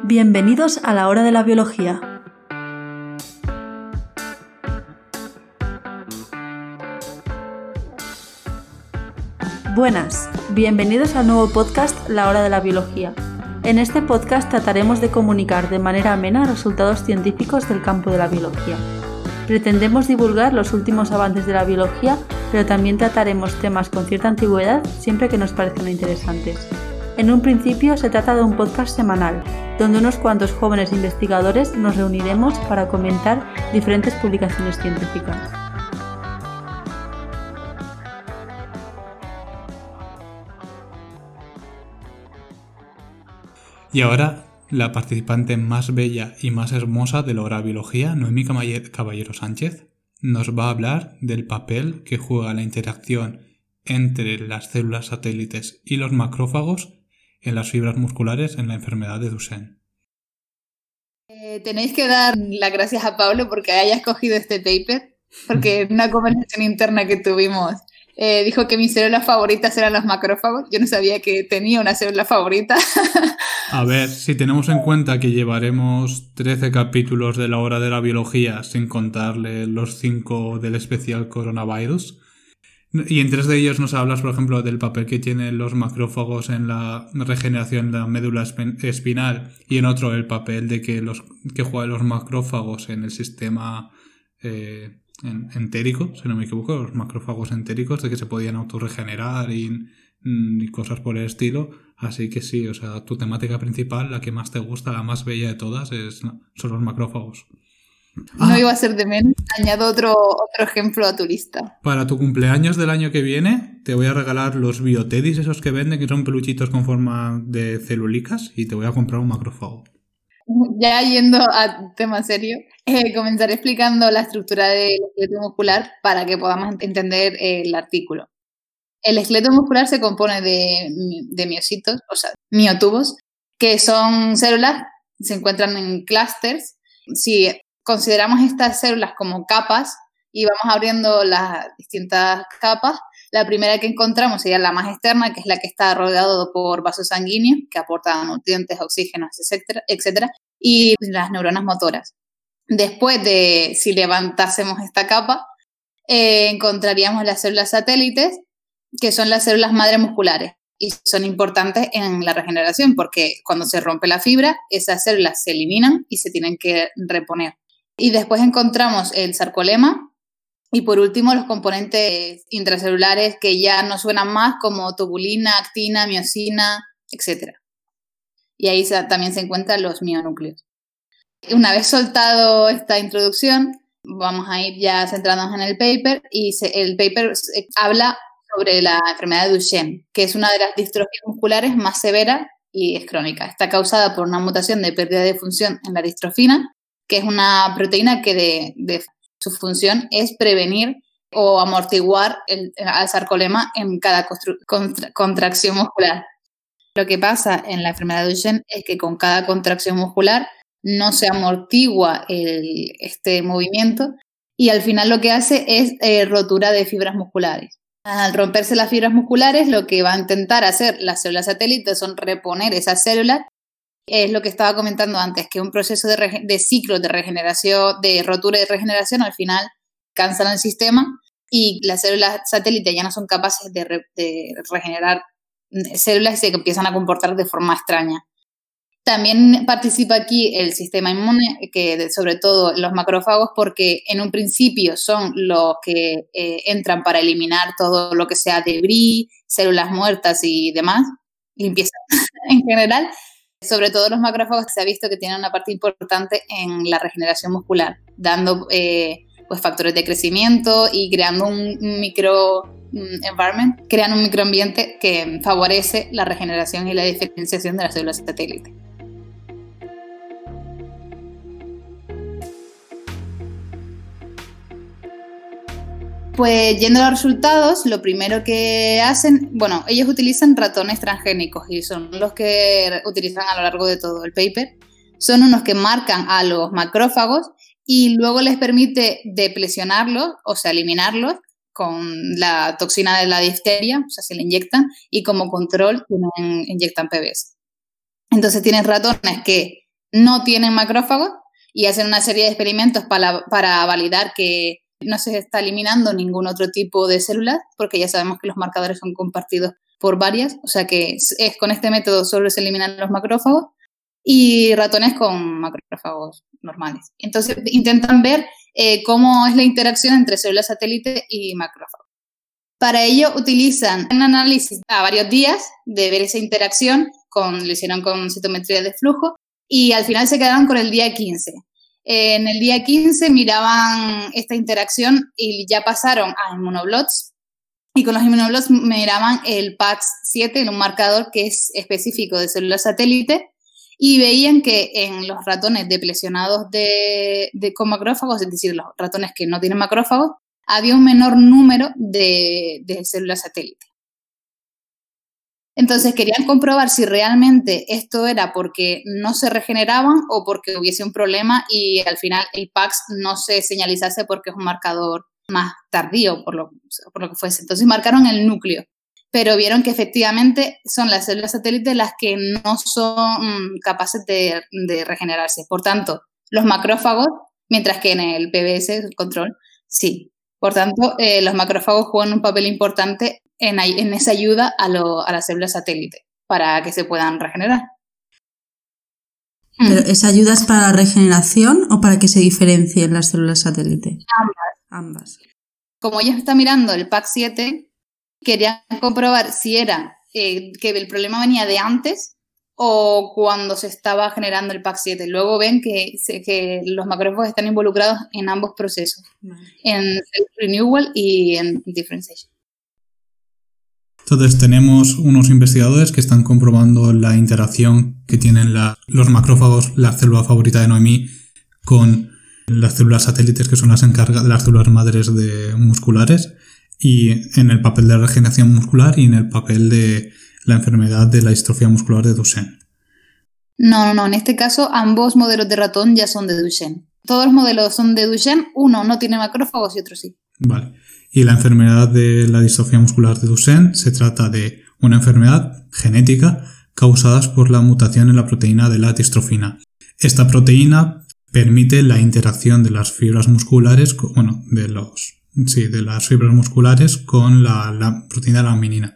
Bienvenidos a la hora de la biología. Buenas, bienvenidos al nuevo podcast La hora de la biología. En este podcast trataremos de comunicar de manera amena resultados científicos del campo de la biología. Pretendemos divulgar los últimos avances de la biología, pero también trataremos temas con cierta antigüedad siempre que nos parezcan interesantes. En un principio se trata de un podcast semanal, donde unos cuantos jóvenes investigadores nos reuniremos para comentar diferentes publicaciones científicas. Y ahora, la participante más bella y más hermosa de la hora de biología, Noemí Caballero Sánchez, nos va a hablar del papel que juega la interacción entre las células satélites y los macrófagos en las fibras musculares en la enfermedad de Duchenne. Tenéis que dar las gracias a Pablo porque haya escogido este paper, porque en una conversación interna que tuvimos dijo que mis células favoritas eran los macrófagos. Yo no sabía que tenía una célula favorita. A ver, si tenemos en cuenta que llevaremos 13 capítulos de la hora de la biología sin contarle los 5 del especial coronavirus, y en 3 de ellos nos hablas, por ejemplo, del papel que tienen los macrófagos en la regeneración de la médula espinal, y en otro el papel de que juegan los macrófagos en el sistema entérico, si no me equivoco, los macrófagos entéricos, de que se podían autorregenerar y cosas por el estilo. Así que sí, o sea, tu temática principal, la que más te gusta, la más bella de todas, son los macrófagos. No iba a ser de menos. Añado otro ejemplo a tu lista. Para tu cumpleaños del año que viene te voy a regalar los biotedis, esos que venden, que son peluchitos con forma de celulicas, y te voy a comprar un macrófago. Ya yendo a tema serio, comenzaré explicando la estructura del esqueleto muscular para que podamos entender el artículo. El esqueleto muscular se compone de miocitos, o sea, miotubos, que son células, se encuentran en clústeres. Si consideramos estas células como capas y vamos abriendo las distintas capas, la primera que encontramos sería la más externa, que es la que está rodeada por vasos sanguíneos que aportan nutrientes, oxígenos, etcétera, y las neuronas motoras. Después de, si levantásemos esta capa, encontraríamos las células satélites, que son las células madre musculares y son importantes en la regeneración porque cuando se rompe la fibra, esas células se eliminan y se tienen que reponer. Y después encontramos el sarcolema y por último los componentes intracelulares que ya nos suenan más como tubulina, actina, miosina, etc. Y ahí también se encuentran los mionúcleos. Una vez soltado esta introducción, vamos a ir ya centrándonos en el paper y el paper habla sobre la enfermedad de Duchenne, que es una de las distrofías musculares más severas y es crónica. Está causada por una mutación de pérdida de función en la distrofina, que es una proteína que su función es prevenir o amortiguar al sarcolema en cada contracción muscular. Lo que pasa en la enfermedad de Duchenne es que con cada contracción muscular no se amortigua este movimiento y al final lo que hace es rotura de fibras musculares. Al romperse las fibras musculares, lo que va a intentar hacer las células satélites son reponer esas células. Es lo que estaba comentando antes, que un proceso de ciclo de regeneración, de rotura y regeneración, al final cansan el sistema y las células satélites ya no son capaces de regenerar células y se empiezan a comportar de forma extraña. También participa aquí el sistema inmune, que sobre todo los macrófagos, porque en un principio son los que entran para eliminar todo lo que sea debris, células muertas y demás, limpieza en general. Sobre todo los macrófagos se ha visto que tienen una parte importante en la regeneración muscular, dando pues factores de crecimiento y creando un microenvironment, crean un microambiente que favorece la regeneración y la diferenciación de las células satélites. Pues yendo a los resultados, lo primero que hacen, ellos utilizan ratones transgénicos y son los que utilizan a lo largo de todo el paper. Son unos que marcan a los macrófagos y luego les permite deplesionarlos, o sea, eliminarlos con la toxina de la difteria, o sea, se le inyectan y como control inyectan PBS. Entonces tienes ratones que no tienen macrófagos y hacen una serie de experimentos para validar que no se está eliminando ningún otro tipo de células, porque ya sabemos que los marcadores son compartidos por varias, o sea que con este método solo se eliminan los macrófagos, y ratones con macrófagos normales. Entonces intentan ver cómo es la interacción entre células satélite y macrófagos. Para ello utilizan un análisis a varios días de ver esa interacción, lo hicieron con citometría de flujo, y al final se quedaron con el día 15. En el día 15 miraban esta interacción y ya pasaron a inmunoblots, y con los inmunoblots miraban el PAX7, un marcador que es específico de células satélite, y veían que en los ratones deplesionados con macrófagos, es decir, los ratones que no tienen macrófagos, había un menor número de células satélite. Entonces querían comprobar si realmente esto era porque no se regeneraban o porque hubiese un problema y al final el PAX no se señalizase porque es un marcador más tardío por lo que fuese. Entonces marcaron el núcleo, pero vieron que efectivamente son las células satélites las que no son capaces de regenerarse. Por tanto, los macrófagos, mientras que en el PBS, el control, sí. Por tanto, los macrófagos juegan un papel importante en esa ayuda a las células satélite para que se puedan regenerar. ¿Pero esa ayuda es para la regeneración o para que se diferencien las células satélite? Ambas. Como ellos están mirando el PAX7, querían comprobar si era que el problema venía de antes o cuando se estaba generando el PAX7. Luego ven que los macrófagos están involucrados en ambos procesos, en self-renewal y en differentiation. Entonces tenemos unos investigadores que están comprobando la interacción que tienen los macrófagos, la célula favorita de Noemí, con las células satélites, que son las encargadas de las células madres musculares, y en el papel de la regeneración muscular y en el papel de la enfermedad de la distrofia muscular de Duchenne. No, en este caso ambos modelos de ratón ya son de Duchenne. Todos los modelos son de Duchenne, uno no tiene macrófagos y otro sí. Vale. Y la enfermedad de la distrofia muscular de Duchenne se trata de una enfermedad genética causada por la mutación en la proteína de la distrofina. Esta proteína permite la interacción de las fibras musculares, de las fibras musculares con la proteína de la laminina.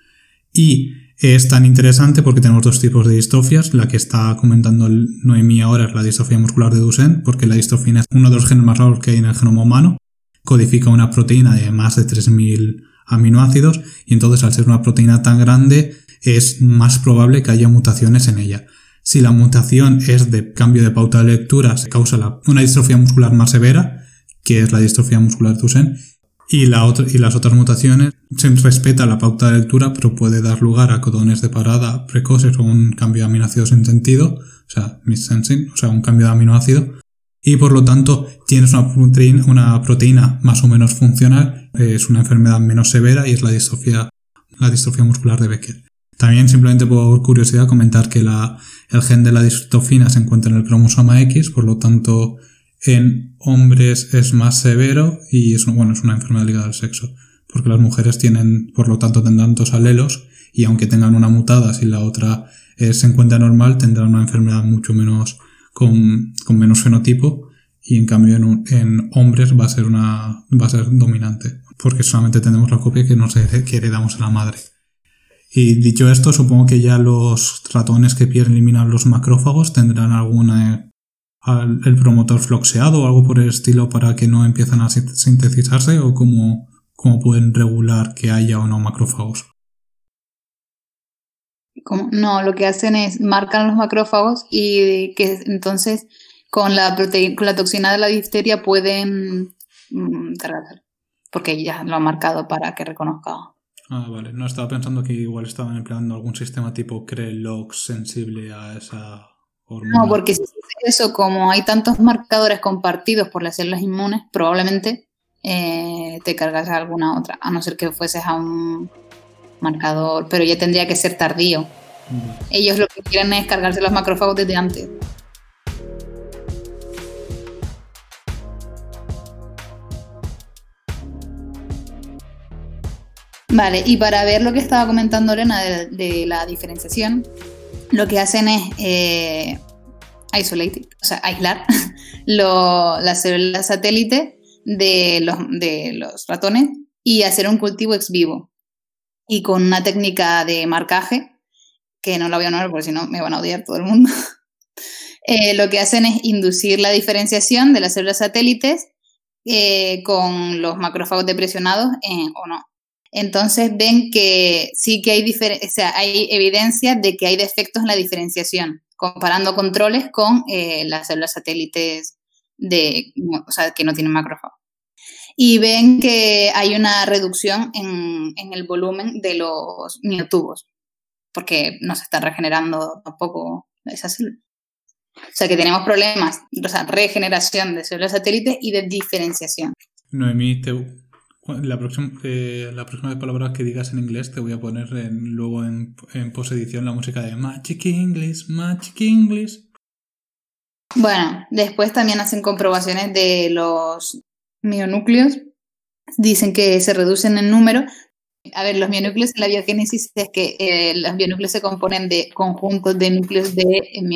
Y es tan interesante porque tenemos dos tipos de distrofias. La que está comentando Noemí ahora es la distrofia muscular de Duchenne, porque la distrofina es uno de los genes más raros que hay en el genoma humano. Codifica una proteína de más de 3.000 aminoácidos y entonces al ser una proteína tan grande es más probable que haya mutaciones en ella. Si la mutación es de cambio de pauta de lectura, se causa una distrofia muscular más severa, que es la distrofia muscular de Duchenne, y las otras mutaciones se respeta la pauta de lectura, pero puede dar lugar a codones de parada precoces o un cambio de aminoácidos sin sentido, o sea, missensing, o sea, un cambio de aminoácido, y por lo tanto tienes una proteína más o menos funcional, es una enfermedad menos severa y es la distrofia muscular de Becker. También, simplemente por curiosidad, comentar que el gen de la distrofina se encuentra en el cromosoma X, por lo tanto en hombres es más severo y es una enfermedad ligada al sexo, porque las mujeres por lo tanto tendrán dos alelos y aunque tengan una mutada, si la otra se encuentra normal, tendrán una enfermedad mucho menos con menos fenotipo, y en cambio en hombres va a ser dominante, porque solamente tenemos la copia que heredamos a la madre. Y dicho esto, supongo que ya los ratones que quieren eliminar los macrófagos tendrán el promotor floxeado o algo por el estilo para que no empiecen a sintetizarse, o cómo pueden regular que haya o no macrófagos. No, lo que hacen es marcan los macrófagos y que entonces con la toxina de la difteria pueden cargarse, porque ya lo han marcado para que reconozca. Ah, vale. No, estaba pensando que igual estaban empleando algún sistema tipo CRE-LOX sensible a esa hormona. No, porque si eso, como hay tantos marcadores compartidos por las células inmunes, probablemente te cargas a alguna otra, a no ser que fueses a un marcador, pero ya tendría que ser tardío. Ellos lo que quieren es cargarse los macrófagos desde antes. Vale, y para ver lo que estaba comentando Elena de la diferenciación, lo que hacen es isolated, o sea, aislar las células satélite de los ratones y hacer un cultivo ex vivo. Y con una técnica de marcaje, que no la voy a nombrar porque si no me van a odiar todo el mundo, lo que hacen es inducir la diferenciación de las células satélites con los macrófagos depresionados o no. Entonces ven que sí que hay evidencia de que hay defectos en la diferenciación, comparando controles con las células satélites que no tienen macrófagos. Y ven que hay una reducción en el volumen de los miotubos, porque no se está regenerando tampoco esas células. O sea que tenemos problemas, regeneración de células satélites y de diferenciación. Noemí, la próxima palabra que digas en inglés te voy a poner luego en posedición la música de Magic English, Magic English. Bueno, después también hacen comprobaciones de los mionúcleos. Dicen que se reducen en número. A ver, los mionúcleos en la biogénesis es que los mionúcleos se componen de conjuntos de núcleos de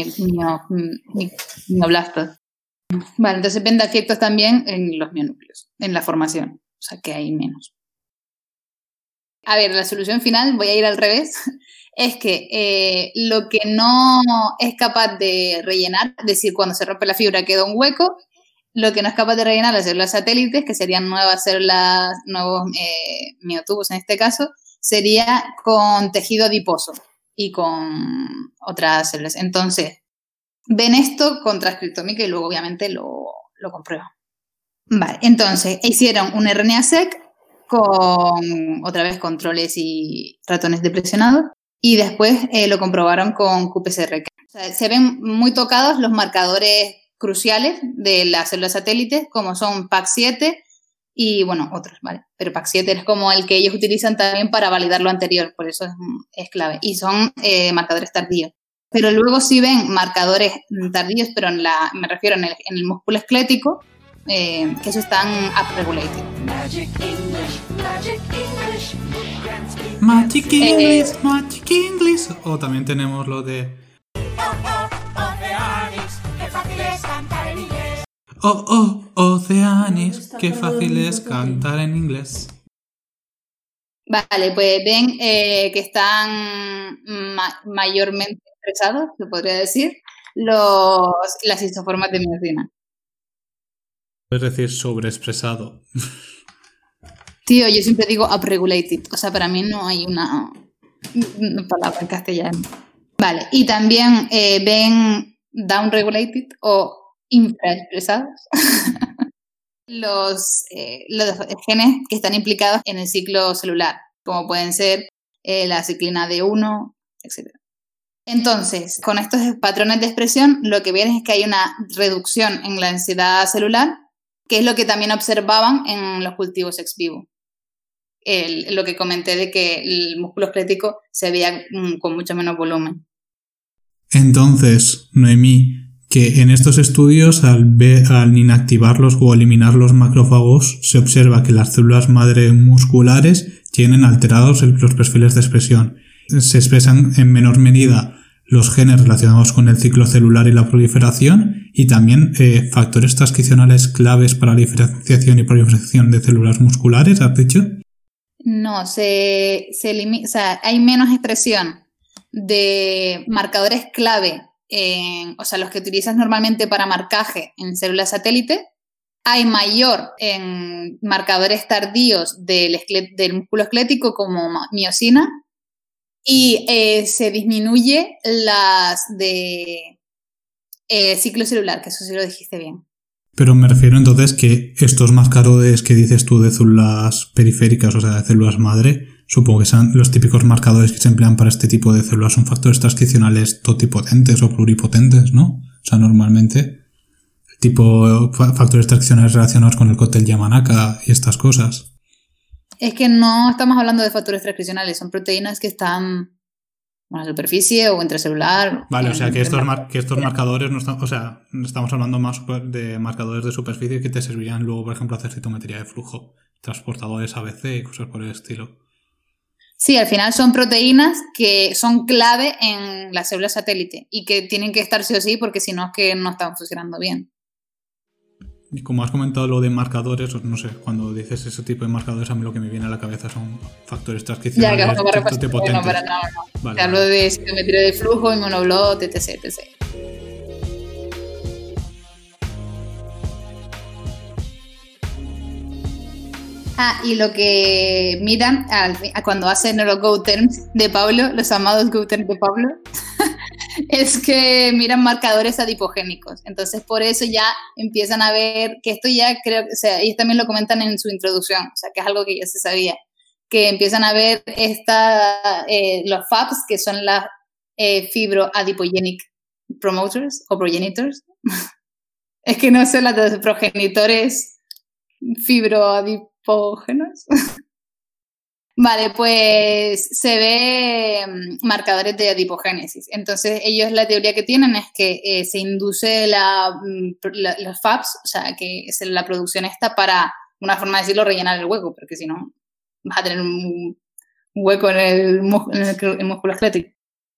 mioblastos. Vale, entonces ven defectos también en los mionúcleos, en la formación. O sea, que hay menos. A ver, la solución final, voy a ir al revés, es que lo que no es capaz de rellenar, es decir, cuando se rompe la fibra queda un hueco, lo que no es capaz de rellenar las células satélites, que serían nuevos miotubos en este caso, sería con tejido adiposo y con otras células. Entonces, ven esto con transcriptómica y luego obviamente lo comprueban. Vale, entonces hicieron un RNA-seq con, otra vez, controles y ratones depresionados y después lo comprobaron con qPCR. O sea, se ven muy tocados los marcadores cruciales de las células satélites, como son PAC7 y, bueno, otros, ¿vale? Pero PAC7 es como el que ellos utilizan también para validar lo anterior, por eso es clave. Y son marcadores tardíos. Pero luego sí ven marcadores tardíos, pero me refiero en el músculo esquelético, que eso están upregulated. Magic English, Magic English. O también tenemos lo de Oceanis, qué fácil es cantar en inglés. Vale, pues ven que están mayormente expresados, se podría decir, las isoformas de miosina. Es decir, sobreexpresado. Tío, yo siempre digo upregulated, o sea, para mí no hay una palabra en castellano. Vale, y también ven downregulated o infraexpresados los genes que están implicados en el ciclo celular, como pueden ser la ciclina D1, etc. Entonces, con estos patrones de expresión, lo que ven es que hay una reducción en la densidad celular, que es lo que también observaban en los cultivos ex vivo. Lo que comenté de que el músculo esquelético se veía con mucho menos volumen. Entonces, Noemí, que en estos estudios, al inactivarlos o eliminar los macrófagos, se observa que las células madre musculares tienen alterados los perfiles de expresión. Se expresan en menor medida los genes relacionados con el ciclo celular y la proliferación y también factores transcripcionales claves para la diferenciación y proliferación de células musculares, ¿has dicho? No, se elimina, o sea, hay menos expresión de marcadores clave, o sea, los que utilizas normalmente para marcaje en células satélite. Hay mayor en marcadores tardíos del músculo esquelético como miosina y se disminuye las de ciclo celular, que eso sí lo dijiste bien. Pero me refiero entonces que estos marcadores que dices tú de células periféricas, o sea, de células madre, supongo que son los típicos marcadores que se emplean para este tipo de células, son factores transcripcionales totipotentes o pluripotentes, ¿no? O sea, normalmente, tipo factores transcripcionales relacionados con el cóctel Yamanaka y estas cosas. Es que no estamos hablando de factores transcripcionales, son proteínas que están en la superficie o intracelular. Vale, o sea que estos marcadores no están, o sea, estamos hablando más de marcadores de superficie que te servirían luego, por ejemplo, hacer citometría de flujo, transportadores ABC y cosas por el estilo. Sí, al final son proteínas que son clave en las células satélite y que tienen que estar sí o sí porque si no es que no están funcionando bien. Y como has comentado lo de marcadores, no sé, cuando dices ese tipo de marcadores, a mí lo que me viene a la cabeza son factores transcripcionales. Ya, que bueno, potentes. No. Vale, Te hablo de citometría de flujo, inmunoblot, etc. Y lo que miran cuando hacen los GoTerms de Pablo, los amados GoTerms de Pablo, es que miran marcadores adipogénicos. Entonces, por eso ya empiezan a ver que esto ya creo, o sea, ellos también lo comentan en su introducción, o sea, que es algo que ya se sabía, que empiezan a ver los FAPs, que son las fibroadipogenic promoters o progenitors. Es que no sé las de progenitores fibroadipógenos. Vale, pues se ve marcadores de adipogénesis. Entonces, ellos la teoría que tienen es que se induce los FAPs, o sea, que es la producción esta para, una forma de decirlo, rellenar el hueco, porque si no vas a tener un hueco en el músculo esquelético.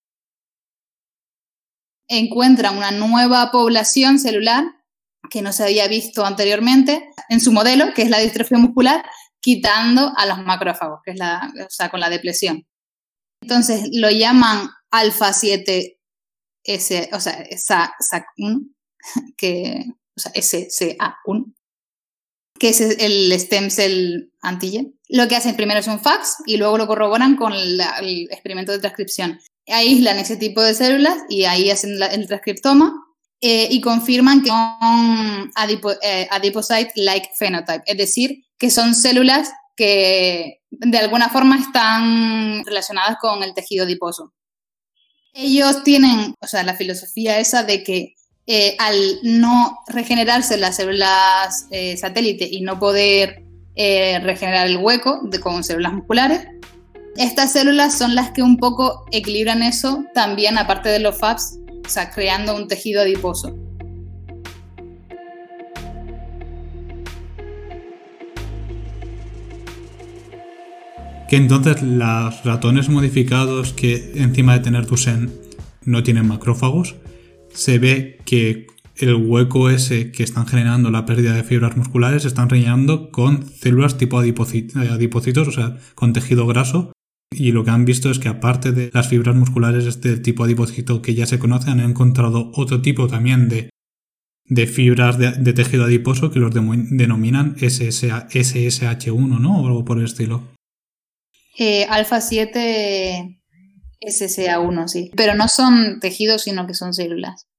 Encuentran una nueva población celular que no se había visto anteriormente en su modelo, que es la distrofia muscular, quitando a los macrófagos, que es con la depresión. Entonces lo llaman alfa 7S, o sea, SAC1, SCA1, que es el stem cell antigen. Lo que hacen primero es un fax y luego lo corroboran con el experimento de transcripción. Aíslan ese tipo de células y ahí hacen el transcriptoma y confirman que son adipocyte-like phenotype, es decir, que son células que de alguna forma están relacionadas con el tejido adiposo. Ellos tienen, o sea, la filosofía esa de que al no regenerarse las células satélite y no poder regenerar el hueco con células musculares, estas células son las que un poco equilibran eso también, aparte de los FAPs, o sea, creando un tejido adiposo. Que entonces los ratones modificados que encima de tener Duchenne no tienen macrófagos, se ve que el hueco ese que están generando la pérdida de fibras musculares se están rellenando con células tipo adipocitos, o sea, con tejido graso. Y lo que han visto es que aparte de las fibras musculares de este tipo adipocito que ya se conoce, han encontrado otro tipo también de fibras de tejido adiposo que los denominan SSH1, ¿no? O algo por el estilo. Alfa 7 SCA1, sí. Pero no son tejidos, sino que son células.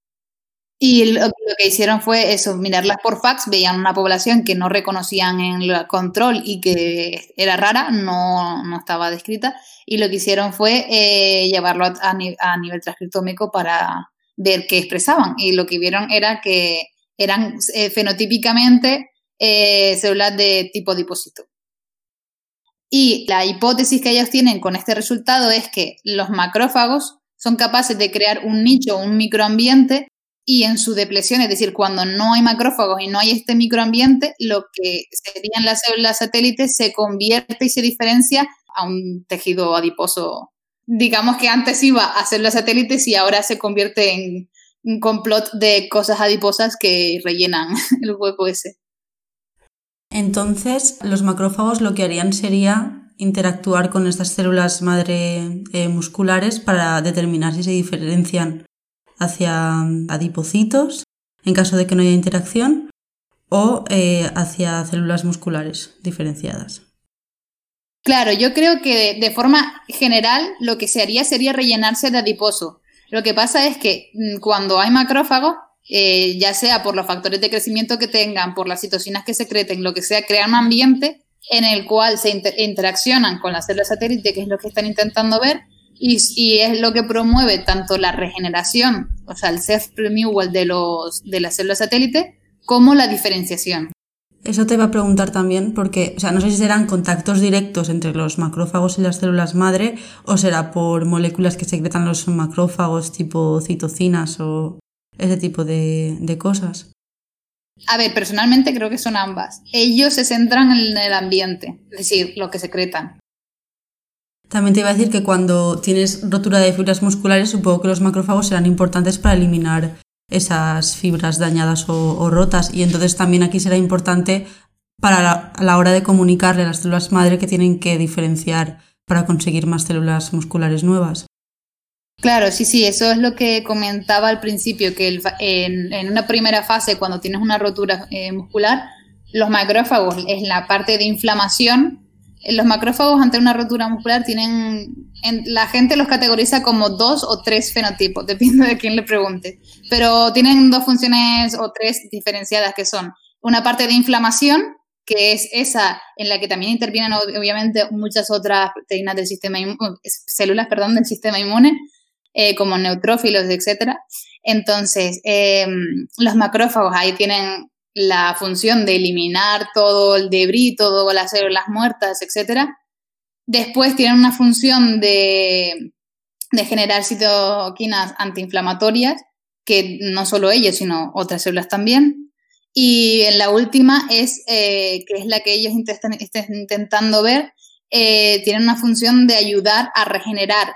Y lo que hicieron fue eso, mirarlas por fax, veían una población que no reconocían en el control y que era rara, no estaba descrita, y lo que hicieron fue llevarlo a nivel transcriptómico para ver qué expresaban. Y lo que vieron era que eran fenotípicamente células de tipo adipocito. Y la hipótesis que ellos tienen con este resultado es que los macrófagos son capaces de crear un nicho, un microambiente, y en su depresión, es decir, cuando no hay macrófagos y no hay este microambiente, lo que serían las células satélites se convierte y se diferencia a un tejido adiposo. Digamos que antes iba a células satélites y ahora se convierte en un complot de cosas adiposas que rellenan el hueco ese. Entonces, los macrófagos lo que harían sería interactuar con estas células madre musculares para determinar si se diferencian hacia adipocitos, en caso de que no haya interacción, o hacia células musculares diferenciadas. Claro, yo creo que de forma general lo que se haría sería rellenarse de adiposo. Lo que pasa es que cuando hay macrófagos, ya sea por los factores de crecimiento que tengan, por las citocinas que secreten, lo que sea, crean un ambiente en el cual se interaccionan con las células satélite, que es lo que están intentando ver, y es lo que promueve tanto la regeneración, o sea, el self-renewal de las células satélite, como la diferenciación. Eso te iba a preguntar también porque, o sea, no sé si serán contactos directos entre los macrófagos y las células madre o será por moléculas que secretan los macrófagos tipo citocinas o ese tipo de cosas. A ver, personalmente creo que son ambas. Ellos se centran en el ambiente, es decir, lo que secretan. También te iba a decir que cuando tienes rotura de fibras musculares, supongo que los macrófagos serán importantes para eliminar esas fibras dañadas o rotas, y entonces también aquí será importante para la hora de comunicarle a las células madre que tienen que diferenciar para conseguir más células musculares nuevas. Claro, sí, eso es lo que comentaba al principio, que en una primera fase, cuando tienes una rotura muscular, los macrófagos es la parte de inflamación. Los macrófagos ante una rotura muscular la gente los categoriza como 2 o 3 fenotipos, depende de quién le pregunte, pero tienen 2 funciones o 3 diferenciadas, que son una parte de inflamación, que es esa en la que también intervienen obviamente muchas otras proteínas del células del sistema inmune, como neutrófilos, etcétera. Entonces, los macrófagos ahí tienen la función de eliminar todo el debris, todas las células muertas, etcétera. Después tienen una función de generar citoquinas antiinflamatorias, que no solo ellos, sino otras células también. Y en la última que es la que ellos están intentando ver, tienen una función de ayudar a regenerar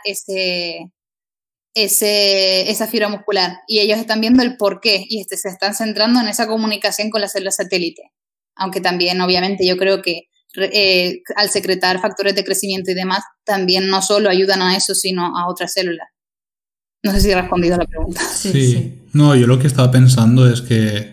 esa fibra muscular, y ellos están viendo el por qué y se están centrando en esa comunicación con las células satélite, aunque también obviamente yo creo que al secretar factores de crecimiento y demás también no solo ayudan a eso sino a otras células. No sé si he respondido a la pregunta. Sí. No, yo lo que estaba pensando es que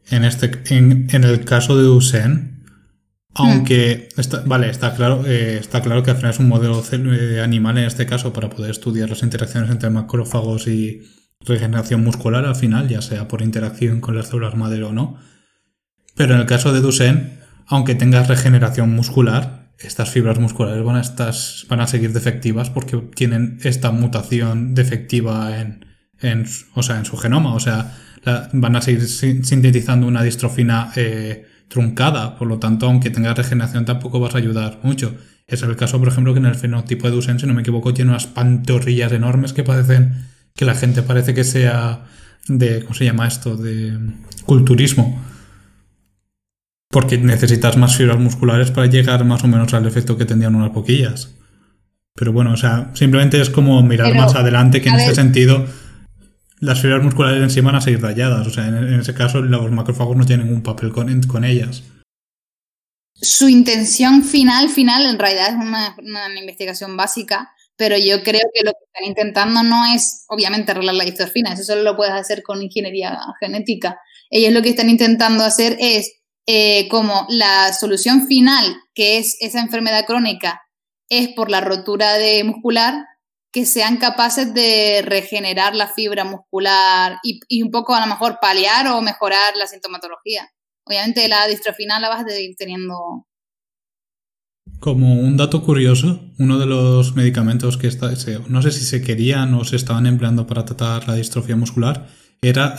en el caso de Duchenne, aunque está claro que al final es un modelo animal en este caso para poder estudiar las interacciones entre macrófagos y regeneración muscular al final, ya sea por interacción con las células madre o no. Pero en el caso de Duchenne, aunque tengas regeneración muscular, estas fibras musculares van a seguir defectivas porque tienen esta mutación defectiva en su genoma. O sea, van a seguir sintetizando una distrofina truncada, por lo tanto, aunque tengas regeneración tampoco vas a ayudar mucho. Es el caso, por ejemplo, que en el fenotipo de Duchenne, si no me equivoco, tiene unas pantorrillas enormes que parecen que la gente parece que sea de, ¿cómo se llama esto?, de culturismo, porque necesitas más fibras musculares para llegar más o menos al efecto que tendrían unas boquillas. Pero bueno, o sea, simplemente es como mirar más adelante, que en ese sentido las fibras musculares en sí van a seguir dañadas. O sea, en ese caso los macrófagos no tienen ningún papel con ellas. Su intención final en realidad es una investigación básica, pero yo creo que lo que están intentando no es obviamente arreglar la distrofina, eso solo lo puedes hacer con ingeniería genética. Ellos lo que están intentando hacer es como la solución final, que es esa enfermedad crónica, es por la rotura muscular, que sean capaces de regenerar la fibra muscular y un poco a lo mejor paliar o mejorar la sintomatología. Obviamente la distrofina la vas a ir teniendo. Como un dato curioso, uno de los medicamentos que no sé si se querían o se estaban empleando para tratar la distrofia muscular era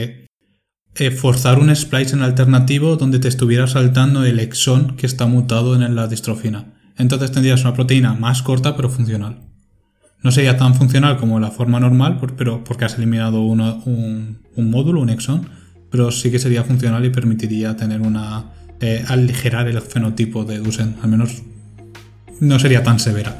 forzar un splice en alternativo donde te estuviera saltando el exón que está mutado en la distrofina. Entonces tendrías una proteína más corta pero funcional. No sería tan funcional como la forma normal, pero porque has eliminado un módulo, un exón, pero sí que sería funcional y permitiría tener aligerar el fenotipo de Duchenne. Al menos no sería tan severa.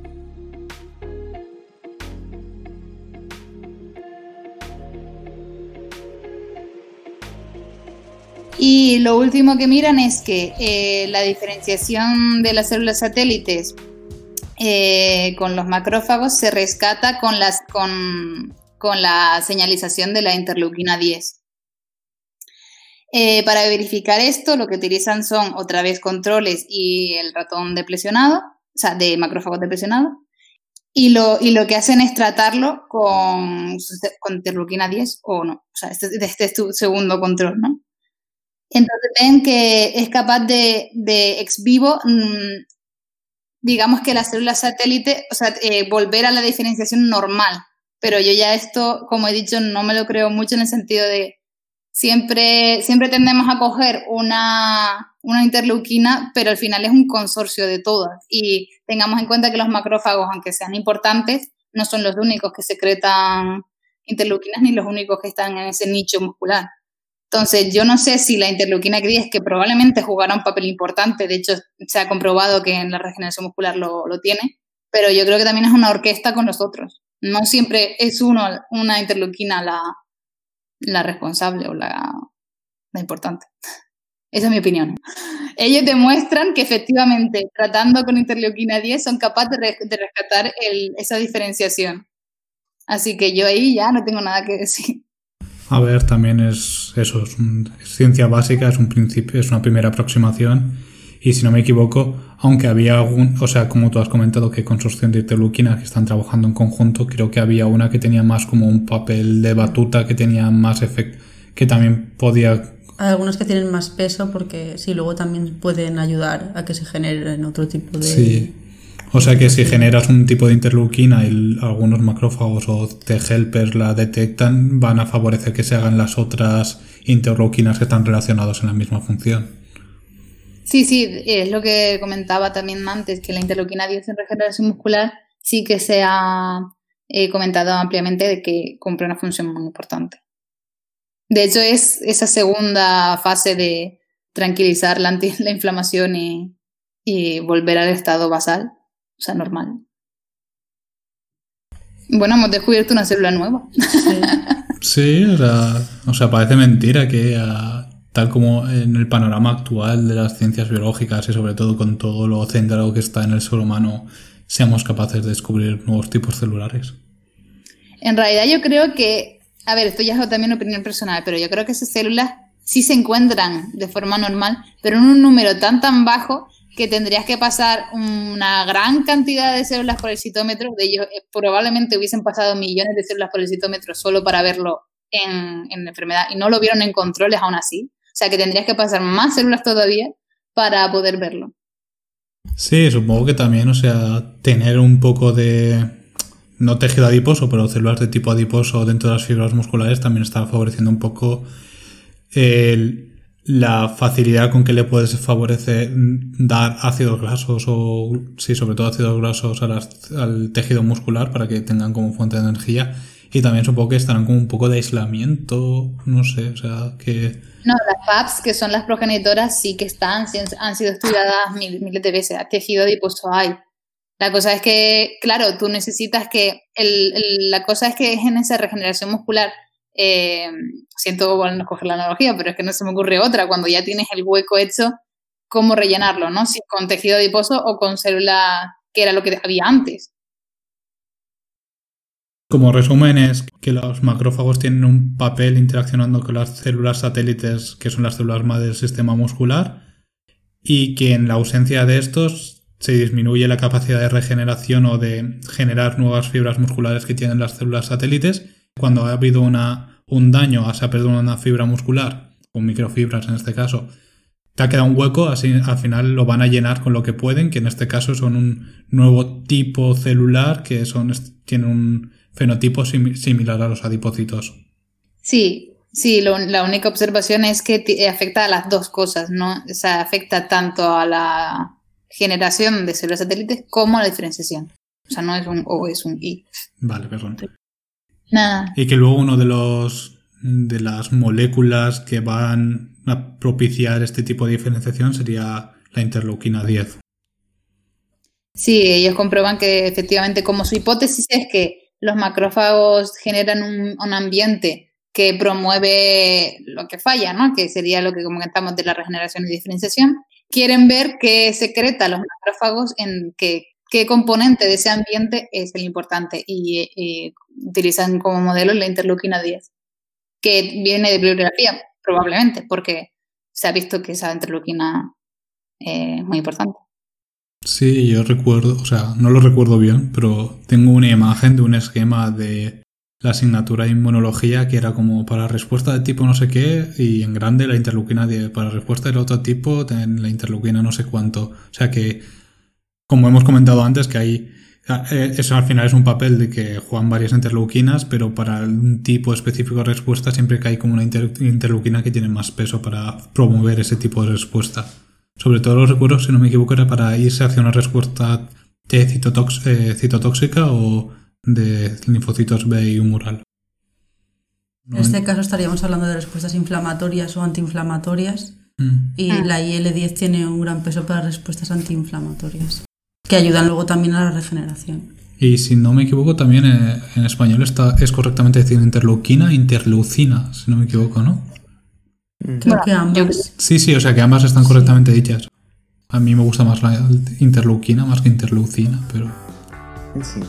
Y lo último que miran es que la diferenciación de las células satélites con los macrófagos se rescata con la señalización de la interleuquina 10. Para verificar esto, lo que utilizan son otra vez controles y el ratón depresionado, o sea, de macrófagos depresionados, y lo que hacen es tratarlo con interleuquina 10 o no, o sea, este es tu segundo control, ¿no? Entonces ven que es capaz de ex vivo, digamos que la célula satélite, o sea, volver a la diferenciación normal, pero yo ya esto, como he dicho, no me lo creo mucho en el sentido de siempre tendemos a coger una interleuquina, pero al final es un consorcio de todas. Y tengamos en cuenta que los macrófagos, aunque sean importantes, no son los únicos que secretan interleuquinas ni los únicos que están en ese nicho muscular. Entonces, yo no sé si la interleuquina 10, que probablemente jugará un papel importante, de hecho se ha comprobado que en la regeneración muscular lo tiene, pero yo creo que también es una orquesta con los otros. No siempre es una interleuquina la responsable o la importante. Esa es mi opinión. Ellos demuestran que efectivamente, tratando con interleuquina 10, son capaces de rescatar esa diferenciación. Así que yo ahí ya no tengo nada que decir. A ver, también es eso, es ciencia básica, es un principio, es una primera aproximación. Y si no me equivoco, aunque había como tú has comentado, que consorcio de interleuquinas que están trabajando en conjunto, creo que había una que tenía más como un papel de batuta, que tenía más efecto, que también podía... Hay algunas que tienen más peso porque sí, luego también pueden ayudar a que se generen otro tipo de... Sí, o sea que si generas un tipo de interleuquina y algunos macrófagos o T-helpers la detectan, van a favorecer que se hagan las otras interleuquinas que están relacionadas en la misma función. Sí, es lo que comentaba también antes, que la interleuquina 10 en regeneración muscular sí que se ha comentado ampliamente de que cumple una función muy importante. De hecho, es esa segunda fase de tranquilizar la inflamación y volver al estado basal, o sea, normal. Bueno, hemos descubierto una célula nueva. Sí, o sea, parece mentira que tal como en el panorama actual de las ciencias biológicas y sobre todo con todo lo centrado que está en el ser humano, seamos capaces de descubrir nuevos tipos celulares. En realidad yo creo que, a ver, esto ya es también opinión personal, pero yo creo que esas células sí se encuentran de forma normal, pero en un número tan bajo que tendrías que pasar una gran cantidad de células por el citómetro. De ellos probablemente hubiesen pasado millones de células por el citómetro solo para verlo en la enfermedad y no lo vieron en controles aún así. O sea que tendrías que pasar más células todavía para poder verlo. Sí, supongo que también, o sea, tener un poco de, no tejido adiposo, pero células de tipo adiposo dentro de las fibras musculares también está favoreciendo un poco la facilidad con que le puedes favorecer dar ácidos grasos o, sí, sobre todo ácidos grasos al tejido muscular para que tengan como fuente de energía. Y también supongo que estarán como un poco de aislamiento, no sé, o sea, que... No, las PAPs, que son las progenitoras, sí que han sido estudiadas miles de veces. Tejido adiposo hay. La cosa es que, claro, tú necesitas que... la cosa es que es en esa regeneración muscular. Siento bueno, coger la analogía, pero es que no se me ocurre otra. Cuando ya tienes el hueco hecho, ¿cómo rellenarlo? ¿No? Si con tejido adiposo o con célula, que era lo que había antes. Como resumen es que los macrófagos tienen un papel interaccionando con las células satélites, que son las células madre del sistema muscular, y que en la ausencia de estos se disminuye la capacidad de regeneración o de generar nuevas fibras musculares que tienen las células satélites. Cuando ha habido un daño, se ha perdido una fibra muscular, o microfibras en este caso, te ha quedado un hueco, así al final lo van a llenar con lo que pueden, que en este caso son un nuevo tipo celular que tienen un fenotipo similar a los adipocitos. Sí, la única observación es que afecta a las dos cosas, ¿no? O sea, afecta tanto a la generación de células satélites como a la diferenciación. O sea, no es un O, es un I. Vale, perdón. Nada. Y que luego uno de las moléculas que van a propiciar este tipo de diferenciación sería la interleuquina 10. Sí, ellos comprueban que efectivamente, como su hipótesis es que los macrófagos generan un ambiente que promueve lo que falla, ¿no? Que sería lo que comentamos de la regeneración y diferenciación. Quieren ver qué secreta los macrófagos, en qué componente de ese ambiente es el importante y utilizan como modelo la interleuquina 10, que viene de bibliografía, probablemente, porque se ha visto que esa interleuquina es muy importante. Sí, yo recuerdo, o sea, no lo recuerdo bien, pero tengo una imagen de un esquema de la asignatura de inmunología que era como para respuesta de tipo no sé qué y en grande la interleuquina 10, para respuesta del otro tipo en la interleuquina no sé cuánto. O sea que, como hemos comentado antes, que hay eso al final es un papel de que juegan varias interleuquinas, pero para un tipo específico de respuesta siempre que hay como una interleuquina que tiene más peso para promover ese tipo de respuesta. Sobre todo los recuerdos, si no me equivoco, era para irse hacia una respuesta T citotóxica o de linfocitos B y humoral. En este caso estaríamos hablando de respuestas inflamatorias o antiinflamatorias y la IL-10 tiene un gran peso para respuestas antiinflamatorias. que ayudan luego también a la regeneración. Y si no me equivoco, también en español es correctamente decir interleucina, interleucina, si no me equivoco, ¿no? Creo que ambas. Sí, o sea que ambas están correctamente dichas. A mí me gusta más la interleuquina más que interleucina, pero... Sí.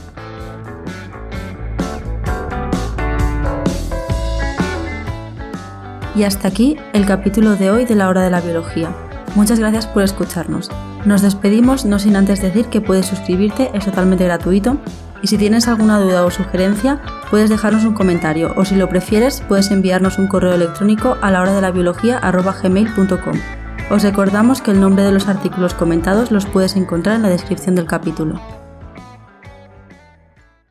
Y hasta aquí el capítulo de hoy de la Hora de la Biología. Muchas gracias por escucharnos. Nos despedimos no sin antes decir que puedes suscribirte, es totalmente gratuito, y si tienes alguna duda o sugerencia puedes dejarnos un comentario o si lo prefieres puedes enviarnos un correo electrónico a lahoradelabiología@gmail.com. Os recordamos que el nombre de los artículos comentados los puedes encontrar en la descripción del capítulo.